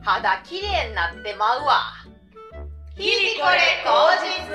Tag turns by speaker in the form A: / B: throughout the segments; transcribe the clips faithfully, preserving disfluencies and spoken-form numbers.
A: 肌きれいになってまうわ。日々これ口実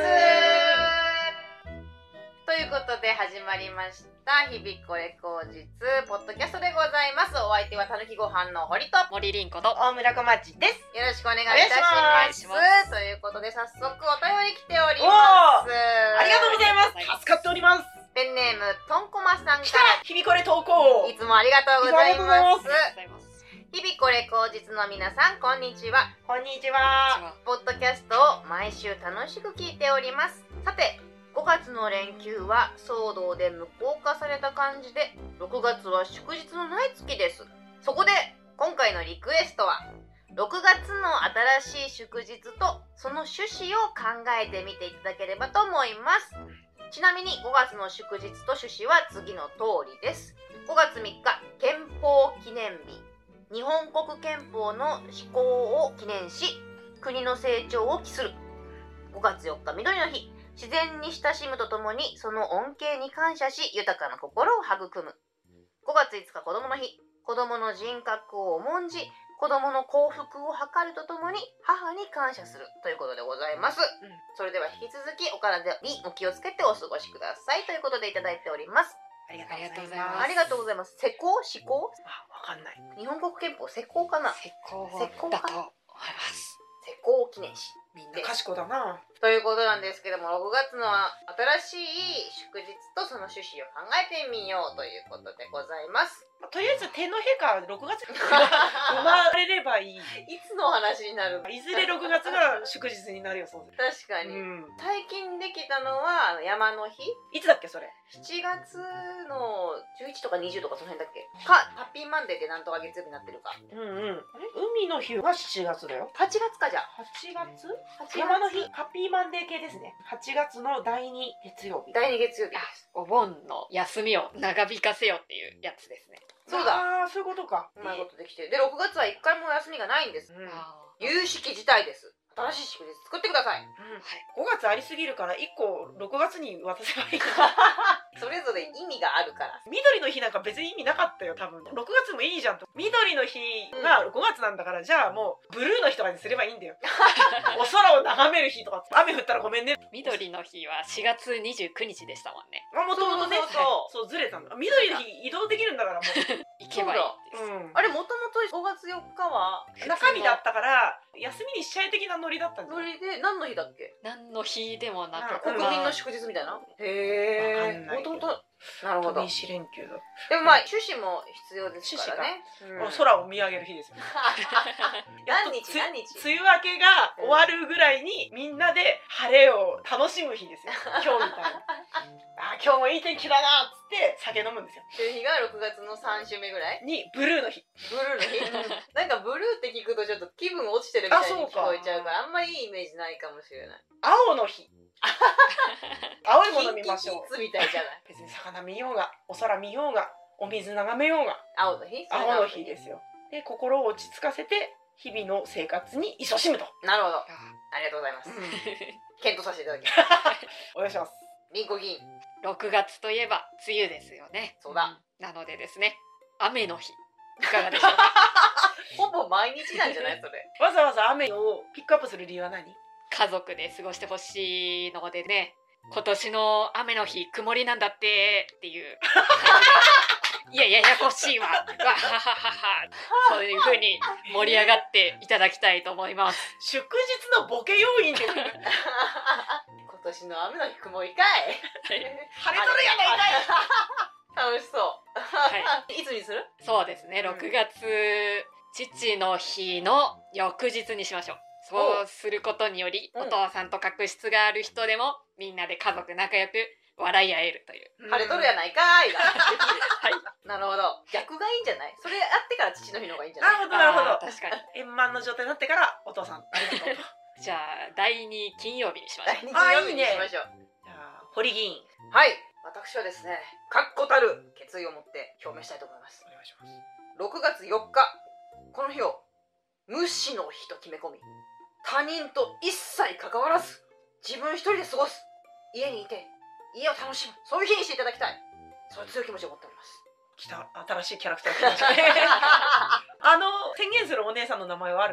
A: ということで始まりました日々これ口実ポッドキャストでございます。お相手はたぬきごはんの堀と
B: 森凛子と
C: 大村小町です。
A: よろしくお願いいたします。
B: お願いします
A: ということで早速お便り来ております。
C: ありがとうございます。助かっております。
A: ペンネームとんこまさんか
C: 来た日々これ投稿。
A: らいつもありがとうございます。
B: ありがとうございます。
A: 日々これ口実の皆さんこんにちは。
C: こんにちは。
A: ポッドキャストを毎週楽しく聞いております。さてごがつの連休は騒動で無効化された感じでろくがつは祝日のない月です。そこで今回のリクエストはろくがつの新しい祝日とその趣旨を考えてみていただければと思います。ちなみにごがつの祝日と趣旨は次の通りです。ごがつみっか憲法記念日、日本国憲法の施行を記念し国の成長を期する。ごがつよっか緑の日、自然に親しむとともにその恩恵に感謝し豊かな心を育む。ごがついつか子どもの日、子どもの人格を重んじ子どもの幸福を図るとともに母に感謝するということでございます。うん、それでは引き続きお体にお気をつけてお過ごしくださいということでいただいております。
C: ありがとうございます。
A: ありがとうございます。施行施行
C: あ、わかんない。
A: 日本国憲法施行かな。
B: 施行だと思います。
A: 施行記念誌。
C: みんな賢だな。
A: ということなんですけども、ろくがつの新しい祝日とその趣旨を考えてみようということでございます。
C: とりあえず天皇陛下ろくがつに生まれればいい。い
A: つの話になる？
C: いずれろくがつが祝日になるよ。そうです。
A: 確かに、
C: うん、
A: 最近できたのは山の日。
C: いつだっけそれ？
A: しちがつのじゅういちとかにじゅうとかその辺だっけか。ハッピーマンデーでなんとか月曜日になってるか。
C: うんうん。海の日はしちがつだよ。
A: はちがつか。じゃあ
C: はちがつ山の日、ハッピーマンデー系ですね。はちがつのだいに月曜日。
A: だいに月曜日です。
B: お盆の休みを長引かせよっていうやつですね。
A: そうだ。
C: ああ、そういうことか。
A: うまいことできてる。でろくがつはいっかいも休みがないんです。うん、有識事態です。新しい祝日作ってください。うん、
C: はい、ごがつありすぎるからいっころくがつに渡せばいい
A: それぞれ意味があるから。
C: 緑の日なんか別に意味なかったよ多分。ろくがつもいいじゃんと。緑の日がごがつなんだから、うん、じゃあもうブルーの日とかにすればいいんだよお空を眺める日とか。雨降ったらごめんね。
B: 緑の日はしがつにじゅうくにちでしたもんね。
C: あ、もともとね。そうそうずれたんだ。緑の日移動できるんだからもう
B: 行けばいいです。
A: うん、あれもともとごがつよっかは
C: 中身だったから休みにしちゃい的なノリだったんですよ。
A: ノリで何の日だっけ？
B: 何の日でもなく、
A: 国民の祝日みたいな。へえ。もともとなるほど。
C: 飛び石連休だ。
A: でもまあ趣旨も必要ですからね。
C: うん、空を見上げる日ですよ。
A: 何日何日？
C: 梅雨明けが終わるぐらいにみんなで晴れを楽しむ日ですよ。今日みたいな。あ、今日もいい天気だなっつって酒飲むんですよ。
A: という日がろくがつのさん週目ぐらい
C: にブルーの日。
A: ブルーの日。なんかブルーって聞くとちょっと気分落ちてるみたいに聞こえちゃうからあんまりいいイメージないかもしれない。
C: 青の日。青いもの見ましょう。
A: キンキキッズみたいじゃない。
C: 別に魚見ようがお空見ようがお水眺めようが
A: 青の日。
C: 青の日ですよ。で心を落ち着かせて日々の生活に勤しむと。
A: なるほど。ありがとうございます。検討させていただきます。
C: お願いします。
A: りんこ議員。
B: ろくがつといえば梅雨ですよね。
A: そうだ。
B: なのでですね、雨の日いかがでしょうか。
A: ほぼ毎日なんじゃないそれ。
C: わざわざ雨をピックアップする理由は何？
B: 家族で過ごしてほしいのでね、今年の雨の日曇りなんだってっていういやいやややこしいわわははははそういう風に盛り上がっていただきたいと思います。
C: 祝日のボケ要因で今
A: 年の雨の日曇りかい
C: 晴れとるやないかい
A: 楽しそう、はい、いつにする？
B: そうですね、ろくがつ父の日の翌日にしましょう。そうすることにより、お父さんと確執がある人でもみんなで家族仲良く笑い合えるという。
A: 晴れとるやないかーいがはい、なるほど。逆がいいんじゃない？それやってから父の日の方がいいんじゃない？
C: なるほどなるほど。
B: 確かに
C: 円満の状態になってからお父さんありがとう
B: じゃあだいに金曜日にしましょう。
A: だいに金曜日にしましょう。
C: じゃあ堀議員。
A: はい、私はですね確固たる決意を持って表明したいと思います。
C: お願いします。
A: ろくがつよっか、この日を無視の日と決め込み、他人と一切関わらず自分一人で過ごす、家にいて家を楽しむ、そういう日にしていただきたい、そういう強い気持ちを持っております。
C: 来た、新しいキャラクター来ましたねあの宣言するお姉さんの名前はあるんですか？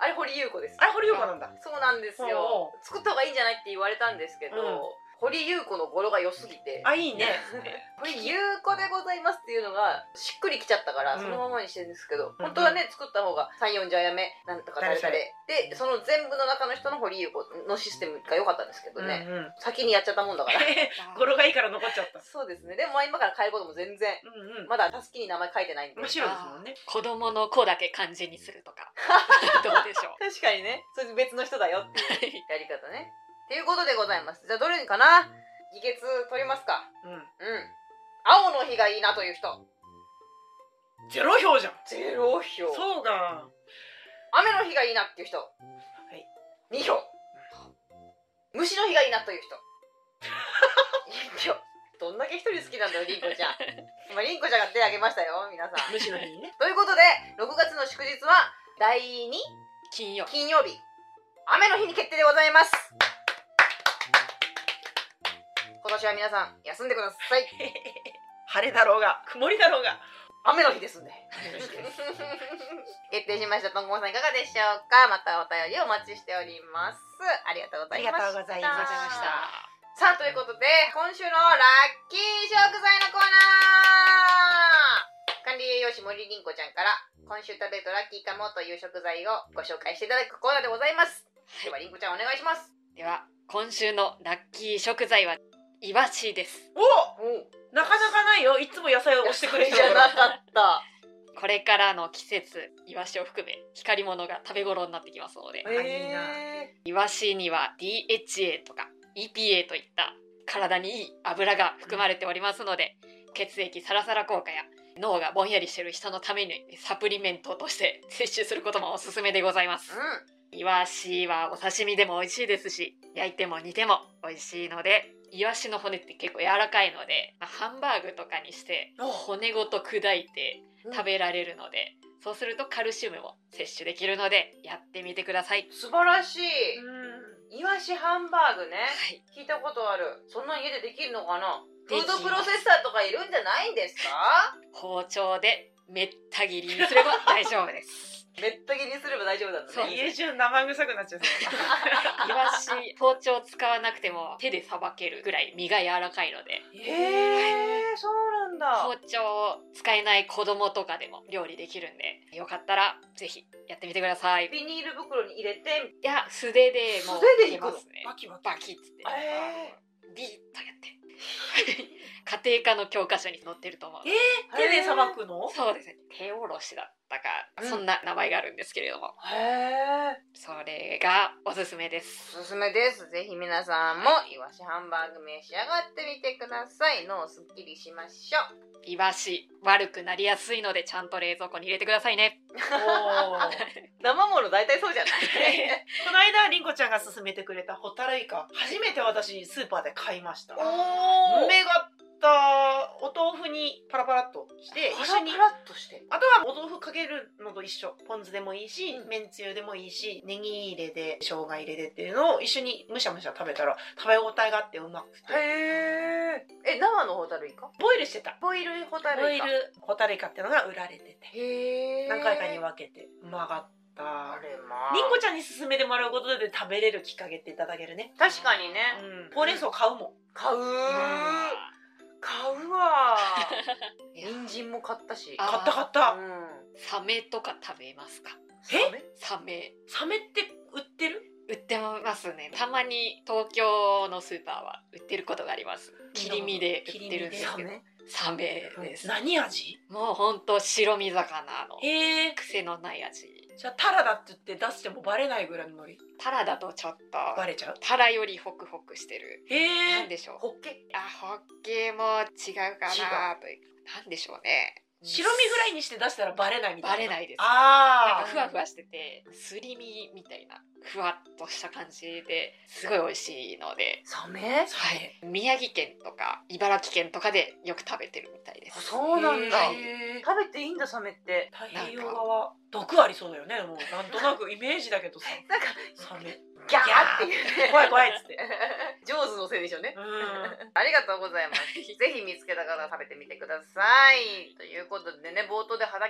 A: あれ堀優子です。
C: あれ堀優子なんだ。
A: そうなんですよ。
C: おうおう
A: 作った方がいいんじゃないって言われたんですけど、
C: うん
A: 堀優子の語呂が良すぎて、
C: あ、いいね。
A: 堀優子でございますっていうのがしっくりきちゃったから、
C: うん
A: そのままにしてるんですけど、
C: うん
A: 本当はね作った方がさんよんじゃあやめなんとか誰々で、その全部の中の人の堀優子のシステムが良かったんですけどね、
C: うんうん
A: 先にやっちゃったもんだから。
C: 語呂がいいから残っちゃった。
A: そうですね。でもまあ今から変えることも全然、
C: うんうん。
A: まだたすきに名前書いてないんで。
C: 真っ白ですもんね。
B: 子供の子だけ漢字にするとかどうでしょう。
A: 確かにね。それ別の人だよっていう
B: はい
A: やり方ね。っていうことでございます。じゃあどれかな？議決取りますか。
C: うん。
A: うん。青の日がいいなという人。
C: ゼロ票じゃん。
A: ゼロ票。
C: そうか。
A: 雨の日がいいなっていう人。
C: い。
A: に票。虫の日がいいなという人。いち票。どんだけ一人好きなんだよ、りんこちゃん。今、りんこちゃんが手挙げましたよ、皆さん。
C: 虫の日にね。
A: ということで、ろくがつの祝日は、だいに
B: 金曜
A: 金曜日、雨の日に決定でございます。今年は皆さん、休んでください。
C: 晴れだろうが、曇りだろうが。
A: 雨の日ですんで。決定しました。とんごもさんいかがでしょうか。またお便りお待ちしております。ありがとうございました。
C: ありがとうございました
A: さあ、ということで、今週のラッキー食材のコーナー、管理栄養士森凛子ちゃんから、今週食べるとラッキーかもという食材をご紹介していただくコーナーでございます。では、凛子ちゃんお願いします。
B: では今週のラッキー食材はイワシです。
C: おなかなかないよ。いつも野菜を押してくれる
A: じゃなかった。
B: これからの季節、イワシを含め光り物が食べ頃になってきますので、
C: ーいいな
B: イワシには ディーエイチエー とか イーピーエー といった体にいい油が含まれておりますので、血液サラサラ効果や脳がぼんやりしている人のためにサプリメントとして摂取することもおすすめでございます。
A: うん。
B: イワシはお刺身でも美味しいですし、焼いても煮ても美味しいので、イワシの骨って結構柔らかいので、まあハンバーグとかにして骨ごと砕いて食べられるので、そうするとカルシウムも摂取できるのでやってみてください。
A: 素晴らしい。
C: うん。
A: イワシハンバーグね。
B: はい。
A: 聞いたことある。そんな家でできるのかな。フ
B: できます
A: ードプロセッサーとかいるんじゃないんですか？
B: 包丁でめった切りにすれば大丈夫です。
A: めった切りにすれば大丈夫だった
B: そう
A: ね。
C: 家中生臭くなっちゃう。
B: イワシ包丁使わなくても手でさばけるぐらい身が柔らかいので、
A: へえ、そうなんだ。
B: 包丁使えない子供とかでも料理できるんで、よかったらぜひやってみてください。い
A: ビニール袋に入れて、
B: や、素手でもう
A: 素手でいくの
B: いけますね。
C: バキバキ。
B: バキッつって、
A: え
B: ビーッとやって家庭科の教科書に載ってると思う。
C: えー、手でさばくの？
B: そうですね、手おろしだったか、
A: うん
B: そんな名前があるんですけれども、
A: へえ。
B: それがおすすめです。
A: おすすめです。ぜひ皆さんもイワシハンバーグ召し上がってみてください。脳すっきりしましょう。
B: イワシ悪くなりやすいのでちゃんと冷蔵庫に入れてくださいね。
C: おー
A: 生もの大体そうじゃない？
C: この間りんこちゃんが勧めてくれたホタルイカ、初めて私スーパーで買いました。
A: お
C: 目がったお豆腐にパラパラっとして一緒に、
A: パラパラっとして。
C: あとはお豆腐かけるのと一緒、ポン酢でもいいし、
A: うん
C: めんつゆでもいいし、ネギ入れで生姜入れでっていうのを一緒にむしゃむしゃ食べたら食べ応えがあってうまくて、
A: へえ。え、生のホタルイカ？
C: ボイルしてた。
A: ボイルホタ
C: ボイ
A: ルイカ。
C: ルホタルイカっていうのが売られてて、
A: へえ。
C: 何回かに分けてうまかった
A: あ。れまあ。
C: りんこちゃんに勧めてもらうことで食べれるきっかけっていただけるね。
A: 確かにね。
C: うん。ほうれん草買うもん。
A: 買うー。
B: うん
A: 買うわー。
B: いや
A: 人参も買ったし。
B: あ
C: 買った買った。
A: うん。
B: サメとか食べますか？
C: え
B: サメ
C: サメって売ってる？
B: 売ってますね。たまに東京のスーパーは売ってることがあります。切り身で売ってるんですけど、サメです。
C: 何味？
B: もうほんと白身魚の
C: へえ。
B: 癖のない味。
C: じゃあタラだって言って出してもバレないぐらいの海苔。
B: タラだとちょっと
C: バレちゃう？
B: タラよりホクホクしてる。
C: へえ。
B: なんでしょう。
A: ホッケ。
B: あ、ホッケも違うかなという。なんでしょうね。
C: 白身ぐらいにして出したらバレないみたいな。
B: バレないです。なん
C: ああ。
B: かふわふわしてて、すり身みたいなふわっとした感じですごい美味しいので、
A: サメ？
B: はい、宮城県とか茨城県とかでよく食べてるみたいです。
A: そうなんだ。
B: はい
C: へー
A: 食べていいんだサメって。
C: 太平洋側毒ありそうだよね。もうなんとなくイメージだけどさ。
A: なんか
C: サメ。
A: ギャーっていうね。
C: 怖い怖いっつって。
A: 上手のせいでしょうね。
C: うん。
A: ありがとうございます。ぜひ見つけた方は食べてみてください。ということでね、冒頭で肌綺麗になって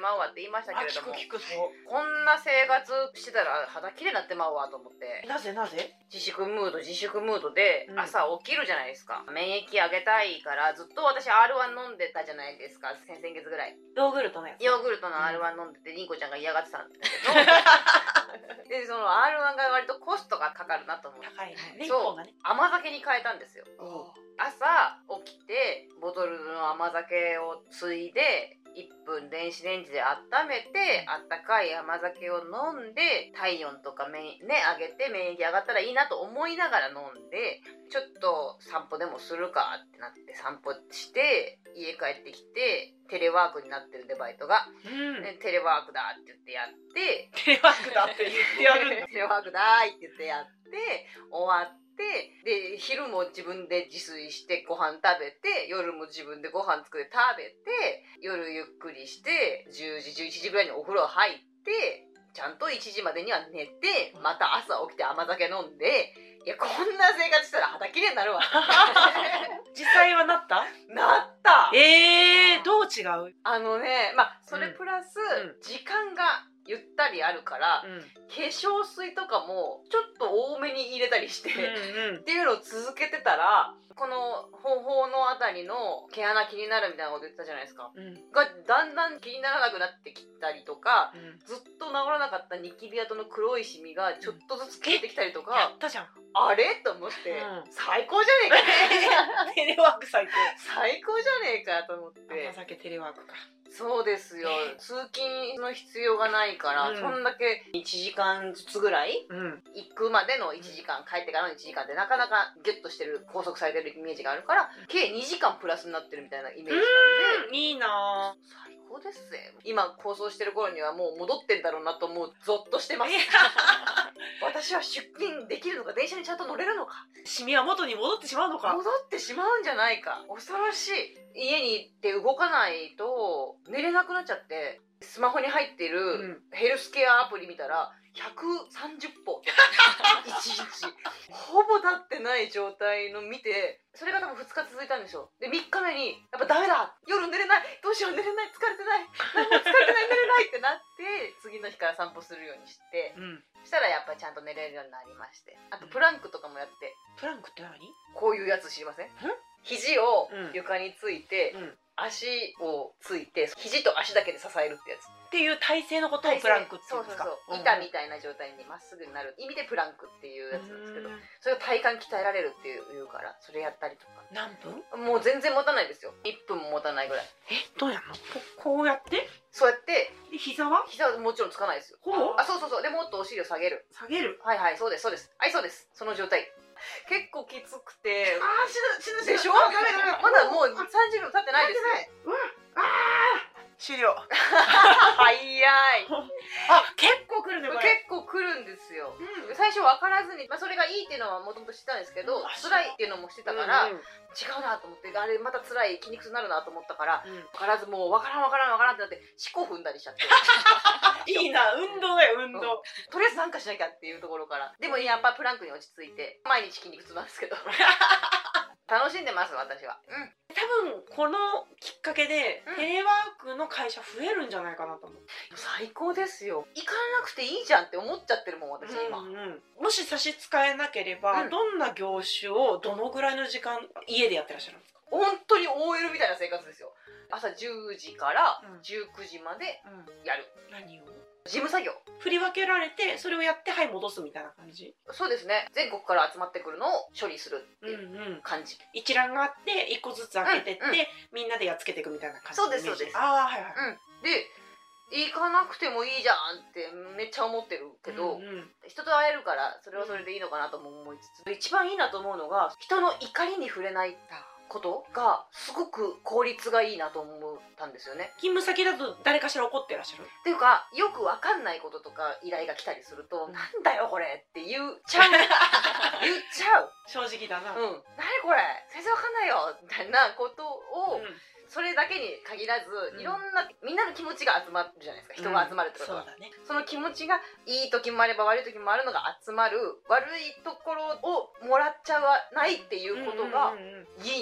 A: まうわって言いましたけれども、
C: あ聞く聞くそう
A: こんな生活してたら肌きれいになってまうわと思って。
C: なぜなぜ
A: 自粛ムード自粛ムードで
C: うん
A: 朝起きるじゃないですか、免疫上げたいからずっと私 アールワン 飲んでたじゃないですか、先々月ぐらい。
C: ヨーグルトのやつ
A: ヨーグルトの アールワン 飲んでて、りんこちゃんが嫌がってたんだけどでその アールワン が割とコストがかかるなと思って、
C: 高いね。
A: そう
C: がね。
A: 甘酒に変えたんですよ。朝起きてボトルの甘酒をついでいっぷん電子レンジで温めて、あったかい甘酒を飲んで体温とかめね上げて免疫上がったらいいなと思いながら飲んで、ちょっと散歩でもするかってなって散歩して家帰ってきて、テレワークになってるんでバイトが、
C: うん。
A: でテレワークだって言ってやって
C: テレワークだって言ってやるんだ。
A: テレワークだーいって言ってやって終わって、で昼も自分で自炊してご飯食べて、夜も自分でご飯作って食べて、夜ゆっくりしてじゅうじじゅういちじぐらいにお風呂入って、ちゃんといちじまでには寝て、また朝起きて甘酒飲んで、いやこんな生活したら肌きれいになるわ
C: 実際はなった
A: なった
C: えー、どう違う
A: あのね、まあそれプラス、
C: ん
A: 時間がゆったりあるから、
C: うん。
A: 化粧水とかもちょっと多めに入れたりして、
C: うん
A: っていうのを続けてたら、この頬のあたりの毛穴気になるみたいなこと言ってたじゃないですか、
C: うん。うん。
A: がだんだん気にならなくなってきたりとか、
C: うん
A: ずっと治らなかったニキビ跡の黒いシミがちょっとずつ消えてきたりと
C: や
A: か、
C: ったじゃん。
A: あれと思って、
C: うん
A: 最高じゃねえか
C: テレワーク最高。
A: 最高じゃねえかと思って
C: 甘。酒テレワークか。
A: そうですよ、通勤の必要がないから、
C: うん
A: そんだけいちじかんずつぐらい
C: うん。
A: 行くまでのいちじかん、帰ってからのいちじかんってなかなかギュッとしてる、拘束されてるイメージがあるから、計にじかんプラスになってるみたいなイメージなんで、
C: うん、いいな
A: 最高ですぜ。今構想してる頃にはもう戻ってんだろうなと思う、ゾッとしてます私は出勤できるのか、電車にちゃんと乗れるのか、
C: ぁ。シミは元に戻ってしまうのか。
A: 戻ってしまうんじゃないか、恐ろしい。家に行って動かないと寝れなくなっちゃって、スマホに入ってる
C: うん
A: ヘルスケアアプリ見たらひゃくさんじゅっぽとかいちにちほぼ立ってない状態の見て、それが多分ふつか続いたんでしょう。でみっかめにやっぱダメだ、夜寝れない、どうしよう寝れない、疲れてない、何も疲れてない、寝れないってなって、次の日から散歩するようにして、
C: うん。
A: そしたらやっぱりちゃんと寝れるようになりまして、あとプランクとかもやって、
C: プランクって何？
A: こういうやつ知りません？肘を
C: うん
A: 床について、
C: うん。
A: 足をついて肘と足だけで支えるってやつ、
C: っていう体勢のことをプランクって言うんですか？
A: そうそうそう、
C: ん
A: 板みたいな状態にまっすぐになる意味でプランクっていうやつなんですけど、それを体幹鍛えられるっていう言うから、それやったりとか。
C: 何分？
A: もう全然持たないですよ、いっぷんも持たないぐらい。
C: え、どうやんの？ここうやって？
A: そうやって
C: で膝は？
A: 膝はもちろんつかないですよ。
C: ほぼ？
A: あ、そうそうそう、でもっとお尻を下げる。
C: 下げる。
A: はいはい、そうですそうです、はいそうです、その状態結構きつくて、
C: あー、死ぬ死ぬ死ぬ。
A: でしょ？
C: あ、ダメダメ。
A: まだもうさんじゅうびょう経ってないですよ。
C: うわ、あー、終了。
A: 早い。
C: あ、結構来るねこれ。
A: 結構来るんですよ。
C: うん。
A: 最初分からずに、まあ、それがいいっていうのはもともと知ってたんですけど、
C: あ
A: 辛いっていうのも知ってたから、
C: うんうん
A: 違うなと思って、あれまた辛い、筋肉痛になるなと思ったから、
C: うん
A: 分からずもう分からん分からん分からんってなって四股踏んだりしちゃって
C: いいな、運動だよ運動。
A: とりあえずなんかしなきゃっていうところから、でもやっぱプランクに落ち着いて毎日筋肉痛なんですけど楽しんでます私は。うん、
C: 多分このきっかけで、
A: うん
C: テレワークの会社増えるんじゃないかなと思う。
A: 最高ですよ。行かなくていいじゃんって思っちゃってるもん私今、
C: うんうん、もし差し支えなければ、
A: うん
C: どんな業種をどのぐらいの時間家でやってらっしゃるんですか？
A: 本当に オーエル みたいな生活ですよ。朝じゅうじから
C: うん
A: じゅうくじまで
C: うん、
A: やる
C: 何を
A: 事務作業。
C: 振り分けられてそれをやってはい戻すみたいな感じ？
A: そうですね、全国から集まってくるのを処理するって
C: うん
A: いう
C: うん、
A: 感じ、
C: 一覧があって一個ずつ開けてって、
A: うんうん
C: みんなでやっつけていくみたいな感じ
A: そうです
C: のイメージ。
A: そうです
C: ああ、はいはい、
A: うん、で行かなくてもいいじゃんってめっちゃ思ってるけど、
C: うんうん
A: 人と会えるからそれはそれでいいのかなとも思いつつ、一番いいなと思うのが人の怒りに触れないことがすごく効率がいいなと思ったんですよね。
C: 勤務先だと誰かしら怒ってらっしゃる？
A: っていうか、よくわかんないこととか依頼が来たりすると、なんだよこれって言っちゃう言っちゃう
C: 正直だな。
A: うん、何これ全然わかんないよみたいなことを、
C: うん
A: それだけに限らず、
C: うん
A: いろんなみんなの気持ちが集まるじゃないですか、人が集まるってことは、
C: そうだね。
A: その気持ちがいい時もあれば悪い時もあるのが集まる、悪いところをもらっちゃわないっていうことが
C: うんうんうんうん
A: いいなと思っ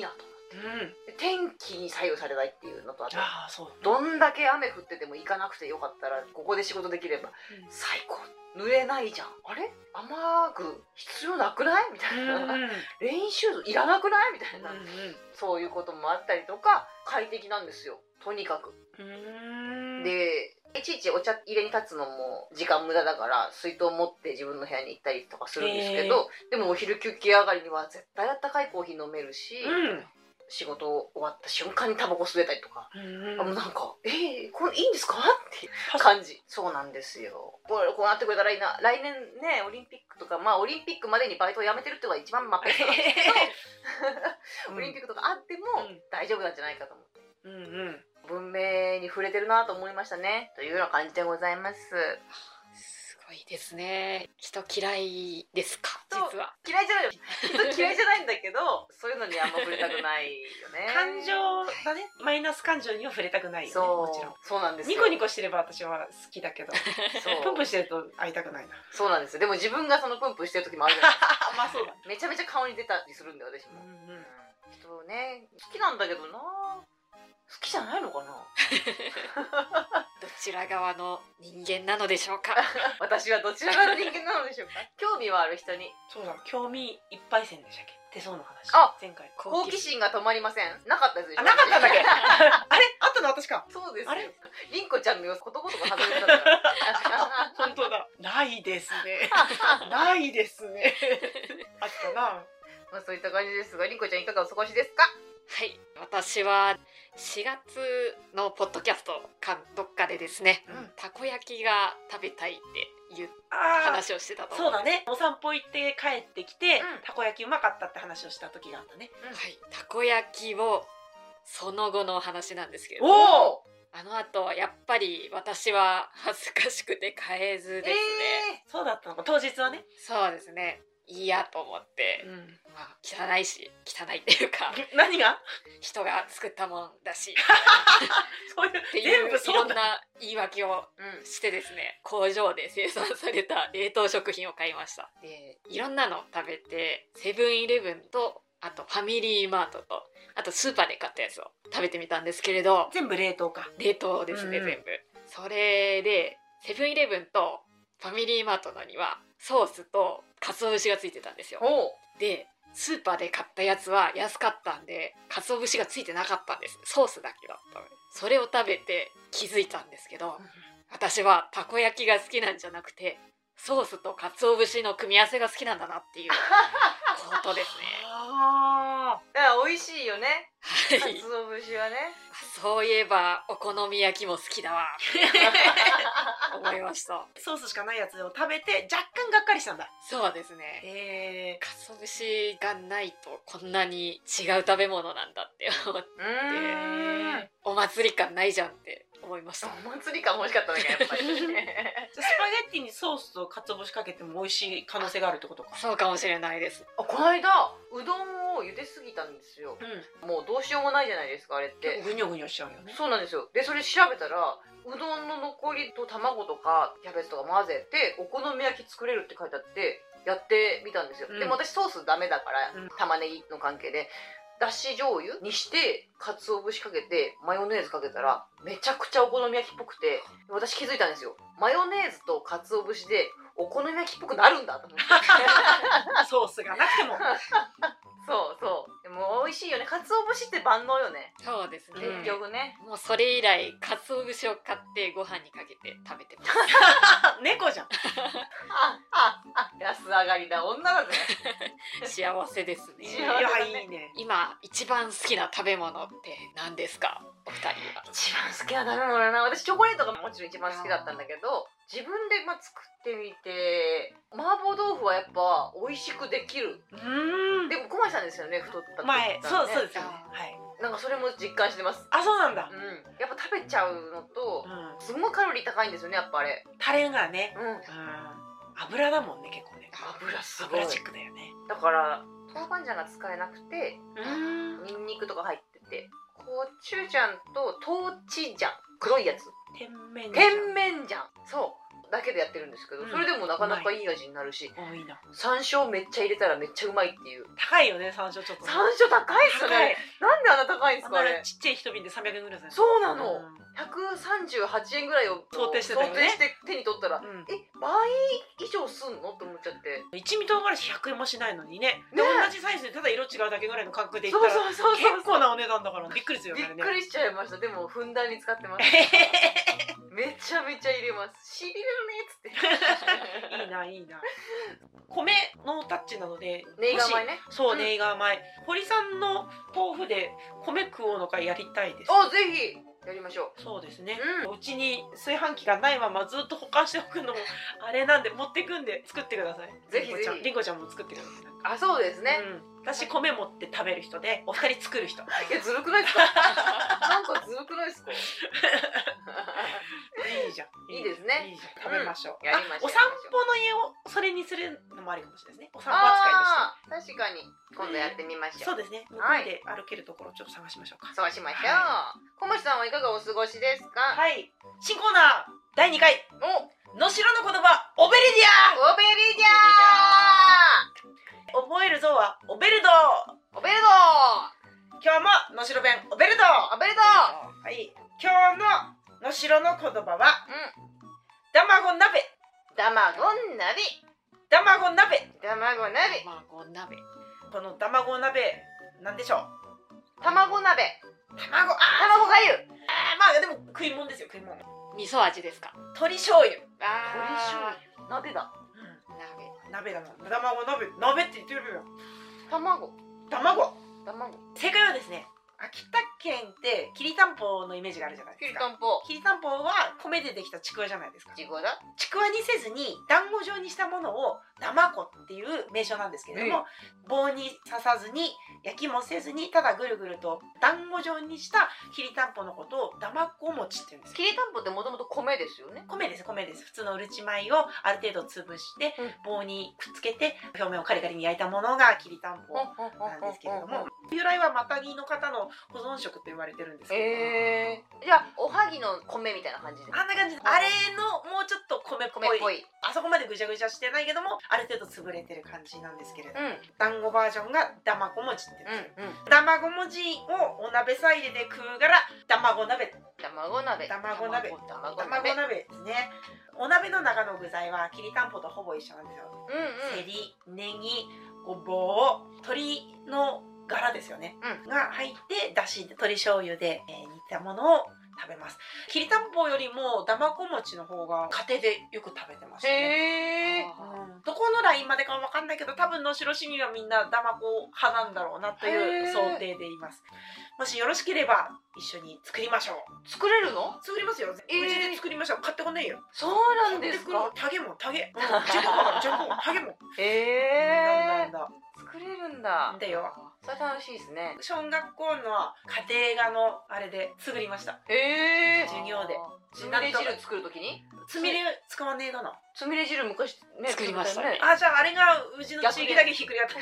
C: うん
A: 天気に左右されないっていうのと、あと
C: ああそう
A: どんだけ雨降ってても行かなくてよかったらここで仕事できれば最高。濡れないじゃん。あれ雨具必要なくないみたいな、
C: うんうん
A: レインシューズいらなくないみたいな、
C: うん
A: そういうこともあったりとか快適なんですよとにかく。
C: うん
A: でいちいちお茶入れに立つのも時間無駄だから水筒持って自分の部屋に行ったりとかするんですけど、でもお昼休憩上がりには絶対あったかいコーヒー飲めるし、
C: うん
A: 仕事終わった瞬間にタバコ吸えたりとか、
C: うん
A: あもうなんかえー、これいいんですかっていう感じ。そうなんですよ。これこうなってくれたらいいな。来年ねオリンピックとか、まあオリンピックまでにバイトを辞めてるっていうのが一番まあベストなんですけどオリンピックとかあっても
C: うん
A: 大丈夫なんじゃないかと思って
C: うんうん
A: 文明に触れてるなと思いましたねというような感じでございます。
B: すごいですね。人嫌いですか実は。
A: 嫌いじゃないよ人嫌いじゃないんだけどそういうのにあんま触れたくないよね。
C: 感情だね、マイナス感情には触れたくないよね。
A: そう
C: もちろん
A: そうなんですよ。
C: ニコニコしてれば私は好きだけど
A: そう
C: プンプンしてると会いたくないな。
A: そうなんですよ。でも自分がそのプンプンしてる時もあるじゃないですか
C: まあそうだ。
A: めちゃめちゃ顔に出たりするんで私も、
C: うんうん
A: 人ね好きなんだけどな好きじゃないのかな
B: どちら側の人間なのでしょうか。
A: 私はどちら側の人間なのでしょうか興味はある人に
C: そうだ、興味いっぱい線でしたっけ手相の話。
A: あ
C: 前回
A: 好奇心が止まりません。なかったですよ
C: あ、なかったんだっけあれあったの私か。
A: そうですよ。
C: あれ
A: りんこちゃんの様子ことごとく外れてたから
C: 本当だ。ないですね。ないですね。あったな。
A: まあそういった感じですが、りんこちゃんいかがお過ごしですか？
B: はい、私はしがつのポッドキャストかどっかでですね、
A: うん
B: たこ焼きが食べたいっていう
C: ああ、
B: 話をしてたと思
C: そうだね。お散歩行って帰ってきて、
A: うん
C: たこ焼きうまかったって話をした時があったね。
B: はい、たこ焼きをその後の話なんですけれど
C: お
A: お
B: あの後やっぱり私は恥ずかしくて買えずですね、
C: そうだったのか。当日はね。
B: そうですね、いいやと思って、
C: うん。
B: まあ、汚いし汚いっていうか
C: 何が？
B: 人が作ったもんだし
C: そういう
B: ってい
C: 全
B: うい
C: 部そうだ。
B: ろんな言い訳を
A: うん
B: してですね、工場で生産された冷凍食品を買いました。でいろんなの食べて、セブンイレブンとあとファミリーマートとあとスーパーで買ったやつを食べてみたんですけれど、
C: 全部冷凍か。
B: 冷凍ですね、
C: うん
B: 全部。それでセブンイレブンとファミリーマートのにはソースと鰹節がついてたんですよ。
A: お
B: でスーパーで買ったやつは安かったんで鰹節がついてなかったんです。ソースだけだったので、それを食べて気づいたんですけど、私はたこ焼きが好きなんじゃなくてソースと鰹節の組み合わせが好きなんだなっていうことですね。
C: あ
A: だから美味しいよね鰹
B: はい、
A: 節はね
B: そういえばお好み焼きも好きだわって思いました。
C: あ、ソースしかないやつを食べて若干がっかりしたんだ。
B: そうですね、
C: え
B: 鰹節がないとこんなに違う食べ物なんだって思って
A: うーん
B: お祭り感ないじゃんって思いました。
A: お祭り感欲しかったねやっぱり
C: ー、じゃあスパゲッティにソースと鰹節かけても美味しい可能性があるってことか。
B: そうかもしれないです。
A: あこの間うどんを茹ですぎたんですよ。
C: う
A: もうどうしようもないじゃないですかあれっ
C: ん。
A: て。
C: ぐにょぐにょしちゃうよね。
A: そうなんですよ。でそれ調べたらうどんの残りと卵とかキャベツとか混ぜてお好み焼き作れるって書いてあってやってみたんですよ、
C: うん
A: でも私ソースダメだから、
C: うん
A: 玉ねぎの関係でだし醤油にして鰹節かけてマヨネーズかけたらめちゃくちゃお好み焼きっぽくて私気づいたんですよ。マヨネーズと鰹節でお好み焼きっぽくなるんだと思って
C: ソースがなくても。
A: そうそうでも美味しいよね。鰹節って万能よね
B: そうですね、
C: うん
A: 結局ね、
B: もうそれ以来鰹節を買ってご飯にかけて食べてます
C: 猫じゃん。
A: あああ安上がりだ女だぜ
B: 幸せですね。
C: い
A: 幸せ
C: やいいね。
B: 今一番好きな食べ物って何ですかお二人は。
A: 一番好きな食べ物だな。私チョコレートがもちろん一番好きだったんだけど自分でまあ作ってみて麻婆豆腐はやっぱ美味しくできる。
C: うーん。
A: でも小町さんですよね太ったって言
C: 前
A: ったのね
C: そうそうですよね。はい。
A: なんかそれも実感してます。
C: あ、そうなんだ
A: う。んやっぱ食べちゃうのと
C: うん。
A: すごいカロリー高いんですよねやっぱあれ。
C: タレがね。
A: うん
C: うん。油だもんね結構ね。
A: 油すごい
C: 油チックだよね。
A: だから豆板醤が使えなくて
C: うん。
A: ニンニクとか入っててコチュジャンと豆チジャン黒いやつ
C: 甜麺醤。
A: 甜麺醤そうだけでやってるんですけど、
C: うん、
A: それでもなかなかいい味になるし、
C: 多いな。
A: 山椒めっちゃ入れたらめっちゃうまいっていう。
C: 高いよね、山椒ちょっと、ね。
A: 山椒高いっすね。なんであんな高いんですかね。
C: ちっちゃい一瓶でさんびゃくえんぐらいですね。
A: そうなの。
C: うん、
A: ひゃくさんじゅうはちえんぐらいを
C: 想定してたよね。
A: 想定して手に取ったら、うん、え、倍以上すんのと思っちゃって。
C: 一味唐辛子ひゃくえんもしないのにね。で、
A: ね、
C: 同じサイズでただ色違うだけぐらいの価格で言ったら、そうそうそうそう、結構なお値段だからびっくりするよね。
A: びっくりしちゃいました。でもふんだんに使ってます。めちゃめちゃ入れます。しびれるねっつって。
C: いいないいな。米のタッチなので、
A: ネイガー米ね。
C: そう、うん、ネイガー米。堀さんの豆腐で米食おうの会やりたいです。
A: あ、ぜひやりましょう。
C: そうですね。
A: うん、
C: うちに炊飯器がないままずっと保管しておくのもあれなんで、持っていくんで作ってください。
A: ぜひぜひ。
C: りんごちゃんも作ってください。
A: あ、そうですね。
C: うん、私米持って食べる人で、お二人作る人。
A: いや、ずるくないですか。なんかずるくないですか。
C: いいじゃん。
A: いいですね。
C: いいじゃん。食べましょう。
A: うん、やりましょう。
C: お散歩の家をそれにするのもありかもしれないですね。お散歩扱いとして。
A: 確かに。今度やってみましょう。
C: そうですね。向こうで歩けるところをちょっと探しましょうか。
A: 探しましょう。小町さんはいかがお過ごしですか。
C: はい。新コーナーだいにかい。
A: お、
C: のしろの言葉、オベリディア。
A: オベリディア。
C: 覚えるぞはオベルド。
A: オベルド。
C: 今日ものしろ弁オベルド。
A: オベルド。
C: はい。今日ののしろの言葉は、うん、卵鍋。
A: 卵鍋。
C: 卵鍋。
A: 卵鍋。
B: 卵鍋。
C: この卵鍋なんでしょう。
A: 卵鍋。
C: 卵、あ
A: 卵がゆ。
C: あ、まあでも食い物ですよ、食い物。
B: 味噌味ですか。
C: 鶏醤油。
A: ああ、鶏醤油。鍋だ。
C: うん、鍋。鍋だもん。卵鍋、鍋って言ってるよ。
A: 卵。
C: 卵。
A: 卵。
C: 正解はですね、秋田県ってきりたんぽのイメージがあるじゃないですか。
A: きりたんぽ。
C: きりたんぽは米でできたちくわじゃないですか。
A: ちくわだ。
C: ちくわにせずに団子状にしたものをだまこっていう名称なんですけれども、うん、棒に刺さずに焼きもせずにただぐるぐると団子状にしたきりたんぽのことをだまこ餅って言うんです。
A: きりたんぽってもともと米ですよね。
C: 米です、米です。普通のうるち米をある程度潰して、うん、棒にくっつけて表面をカリカリに焼いたものがきりたんぽなんですけれども、由来はマタギの方の保存食って言われてるんですけど、
A: えー、じゃあおはぎの米みたいな感じで、
C: あんな感じで、あれのもうちょっと米っぽい、ぽいあそこまでぐちゃぐちゃしてないけどもある程度潰れてる感じなんですけれども、うん、団子バージョンがだまこ餅って言うんですよ、うんうん、卵餅をお鍋さ入れで食うから卵鍋。
A: 卵鍋
C: 卵鍋卵鍋ですね。お鍋の中の具材はきりたんぽとほぼ一緒なんですよ、うんうん、セリ、ネギ、ごぼう、鶏の柄ですよね、うん、が入ってだし鶏醤油で、えー、煮たものを食べます。きりたんぽよりもだまこ餅の方が家庭でよく食べてましたね。へー、うん、どこのラインまでかわかんないけど多分のしろ市民はみんなだまこ派なんだろうなという想定でいます。もしよろしければ一緒に作りましょう。
A: 作れるの？
C: 作りますよ。うちで作りましょう。買ってこねえよ。
A: そうなんですか。
C: タゲもタゲ。ジャンボジャンボタゲも。
A: へえ。なんだ。作れるんだ。
C: だよ。
A: それ楽しいですね。
C: 小学校の家庭科のあれで作りました。
A: へえ。
C: 授業で。
A: つみれ汁作るときに？
C: つみれ使わねえかな。
A: つみれ汁昔ね
B: 作りましたね。
C: あ、じゃああれがうちの地域だけひっくり返った。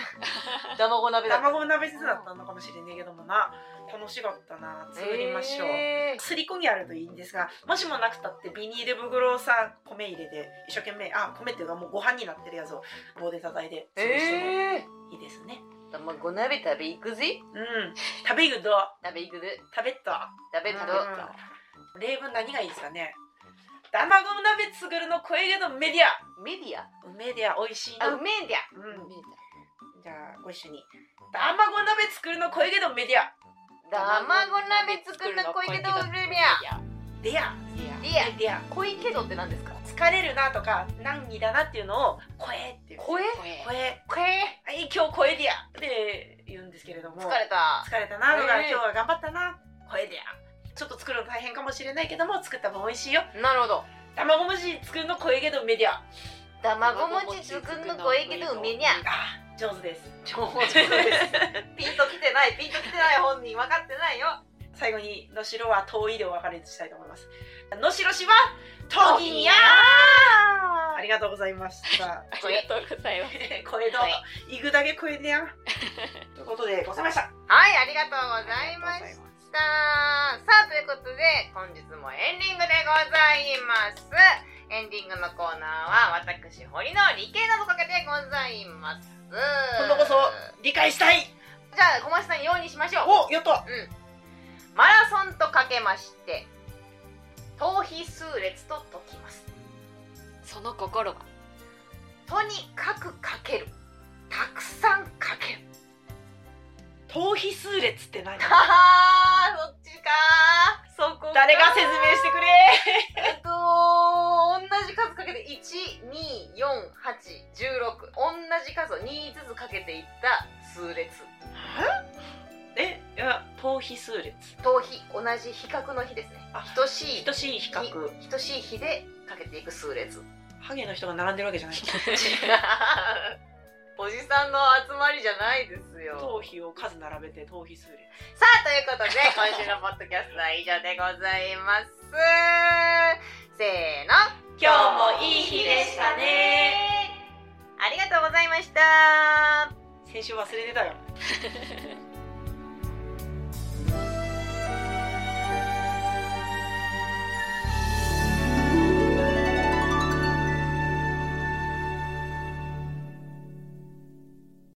A: 卵鍋だ。
C: 卵鍋だったのかもしれねえけどもな。楽しかったな。作りましょう。すりこぎあるといいんですが、もしもなくたってビニール袋をさ米入れて一生懸命、あ、米っていうかもうご飯になってるやつを棒で叩いて潰してもいいですね。
A: 卵鍋食べ行くぜ。
C: うん。食べ行くぞ。
A: 食べ行くぜ。
C: 食べっと。
A: 食べっと。
C: 例文何がいいですかね。卵鍋作るの声けどメディア。
A: メディア。
C: メディア美味しいな。
A: あ、メディア。
C: うん。じゃあご一緒に。卵鍋作るの声けどメディア。
A: 卵鍋作るの声けどメディア。
C: ディア。
A: ディア。ディア。声けどって何ですか？
C: 疲れるなとか難儀だなっていうのを声っていう。
A: 声？
C: 声。
A: 声。
C: はい、今日声ディアって言うんですけれども。
A: 疲れた。
C: 疲れたなとか、今日は頑張ったな。声ディア。ちょっと作るの大変かもしれないけども作った分美味しいよ。
A: なるほど。
C: 卵餅作るの声けどメディア。
A: 卵餅作るの声けどメディア。
C: あ、上手です。
A: 上手です。ピンときてない、ピンときてない本人分かってないよ。
C: 最後にのしろは遠いでお別れしたいと思います。のしろしはとぎにゃー。ありがとうございました。
B: ありがとうございます。
C: 声どいぐだけ声でやん。ということでございました。
A: はい、ありがとうございました。さあ、ということで本日もエンディングでございます。 エンディングのコーナーは私堀の理系などかけてございます。
C: 今度こそ理解したい。
A: じゃあ小松さんようにしましょう。
C: お、やった。
A: うん。マラソンとかけまして頭皮数列と解きます。
B: その心は
A: とにかくかける、たくさんかける。
C: 頭皮数列って何？
A: ははー、そっちかー。そこか。
C: 誰が説明してくれ。
A: えっと同じ数かけていち、に、よん、はち、じゅうろく、同じ数をにずつかけていった数列。
C: え、いや、頭皮数列。
A: 頭皮、同じ比較の比ですね。
C: あ、
A: 等しい
C: 等しい比較。
A: 等しい比でかけていく数列。
C: ハゲの人が並んでるわけじゃない。
A: おじさんの集まりじゃないですよ。
C: 頭皮を数並べて頭皮数列。
A: さあ、ということで今週のポッドキャストは以上でございます。せーの、
C: 今日もいい日でしたね。
A: ありがとうございました。
C: 先週忘れてたよ。